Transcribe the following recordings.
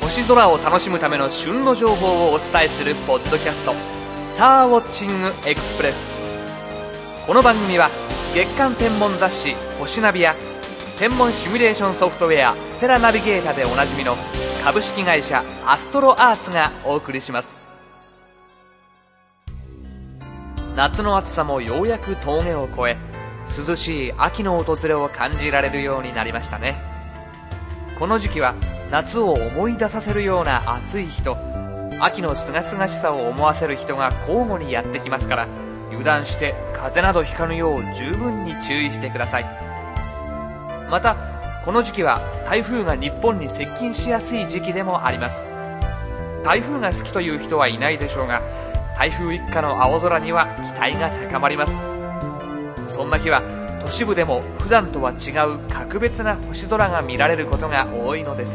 星空を楽しむための旬の情報をお伝えするポッドキャスト、スターウォッチングエクスプレス。この番組は月間天文雑誌星ナビや天文シミュレーションソフトウェアステラナビゲータでおなじみの株式会社アストロアーツがお送りします。夏の暑さもようやく峠を越え、涼しい秋の訪れを感じられるようになりましたね。この時期は夏を思い出させるような暑い日と秋の清々しさを思わせる人が交互にやってきますから、油断して風邪などひかぬよう十分に注意してください。またこの時期は台風が日本に接近しやすい時期でもあります。台風が好きという人はいないでしょうが、台風一過の青空には期待が高まります。そんな日は都市部でも普段とは違う格別な星空が見られることが多いのです。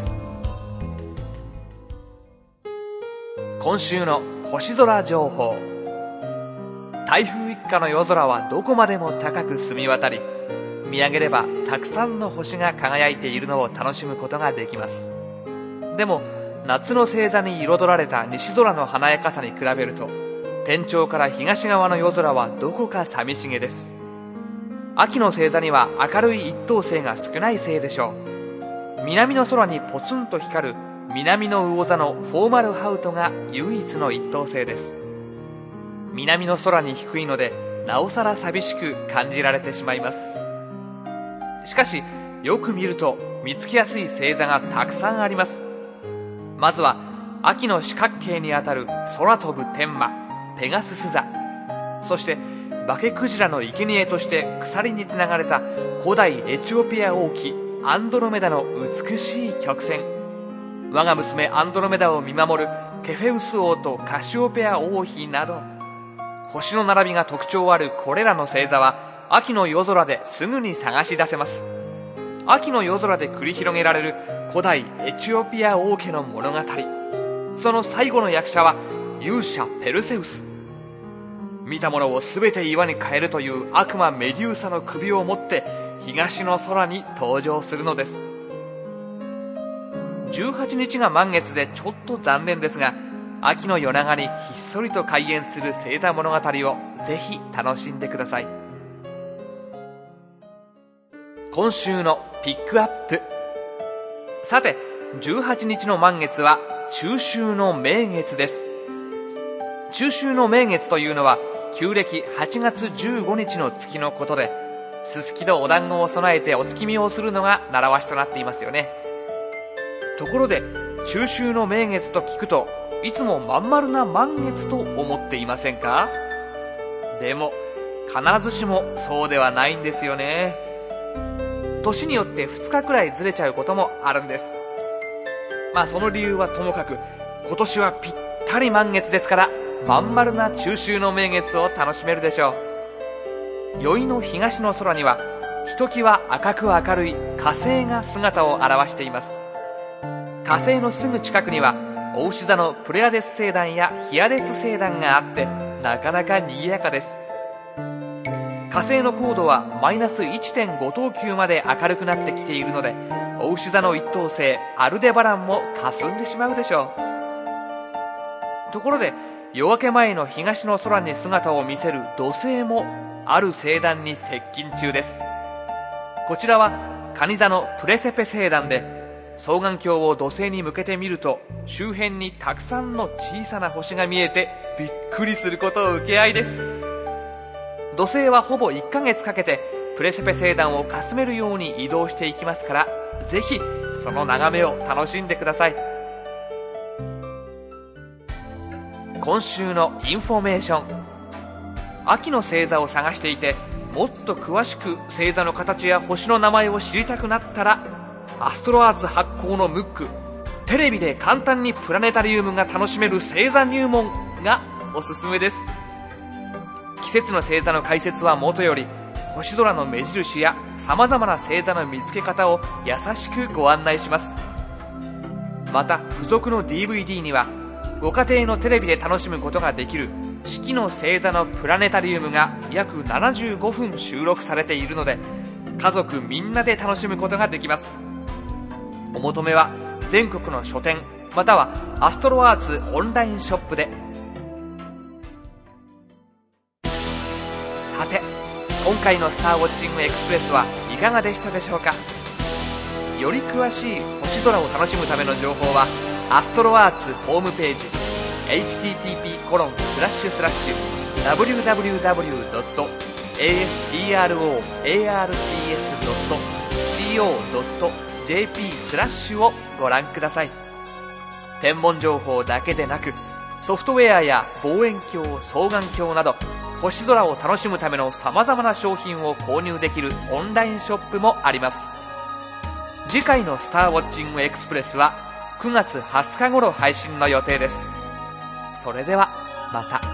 今週の星空情報。台風一過の夜空はどこまでも高く澄み渡り、見上げればたくさんの星が輝いているのを楽しむことができます。でも夏の星座に彩られた西空の華やかさに比べると、天頂から東側の夜空はどこか寂しげです。秋の星座には明るい一等星が少ないせいでしょう。南の空にポツンと光る南の魚座のフォーマルハウトが唯一の一等星です。南の空に低いのでなおさら寂しく感じられてしまいます。しかしよく見ると見つけやすい星座がたくさんあります。まずは秋の四角形にあたる空飛ぶ天馬ペガスス座、そしてバケクジラの生贄として鎖につながれた古代エチオピア王妃アンドロメダの美しい曲線、我が娘アンドロメダを見守るケフェウス王とカシオペア王妃など、星の並びが特徴あるこれらの星座は秋の夜空ですぐに探し出せます。秋の夜空で繰り広げられる古代エチオピア王家の物語、その最後の役者は勇者ペルセウス。見たものを全て岩に変えるという悪魔メデューサの首を持って東の空に登場するのです。18日が満月でちょっと残念ですが、秋の夜長にひっそりと開演する星座物語をぜひ楽しんでください。今週のピックアップ。さて18日の満月は中秋の名月です。中秋の名月というのは旧暦8月15日の月のことで、すすきとお団子を備えてお月見をするのが習わしとなっていますよね。ところで中秋の名月と聞くといつもまん丸な満月と思っていませんか？でも必ずしもそうではないんですよね。年によって2日くらいずれちゃうこともあるんです。その理由はともかく、今年はぴったり満月ですから、まん丸な中秋の名月を楽しめるでしょう。宵の東の空にはひときわ赤く明るい火星が姿を現しています。火星のすぐ近くにはお牛座のプレアデス星団やヒアデス星団があって、なかなか賑やかです。火星の高度はマイナス 1.5 等級まで明るくなってきているので、お牛座の一等星アルデバランも霞んでしまうでしょう。ところで夜明け前の東の空に姿を見せる土星もある星団に接近中です。こちらは蟹座のプレセペ星団で、双眼鏡を土星に向けてみると周辺にたくさんの小さな星が見えてびっくりすることを受け合いです。土星はほぼ1ヶ月かけてプレセペ星団をかすめるように移動していきますから、ぜひその眺めを楽しんでください。今週のインフォメーション。秋の星座を探していて、もっと詳しく星座の形や星の名前を知りたくなったら、アストロアーツ発行のムック、テレビで簡単にプラネタリウムが楽しめる星座入門がおすすめです。季節の星座の解説はもとより、星空の目印や様々な星座の見つけ方を優しくご案内します。また付属の DVD にはご家庭のテレビで楽しむことができる四季の星座のプラネタリウムが約75分収録されているので、家族みんなで楽しむことができます。お求めは全国の書店またはアストロアーツオンラインショップで。さて、今回のスターウォッチングエクスプレスはいかがでしたでしょうか。より詳しい星空を楽しむための情報はアストロアーツホームページ http://www.astroarts.co.jp/ をご覧ください。天文情報だけでなく、ソフトウェアや望遠鏡、双眼鏡など星空を楽しむための様々な商品を購入できるオンラインショップもあります。次回のスターウォッチングエクスプレスは9月20日頃配信の予定です。それではまた。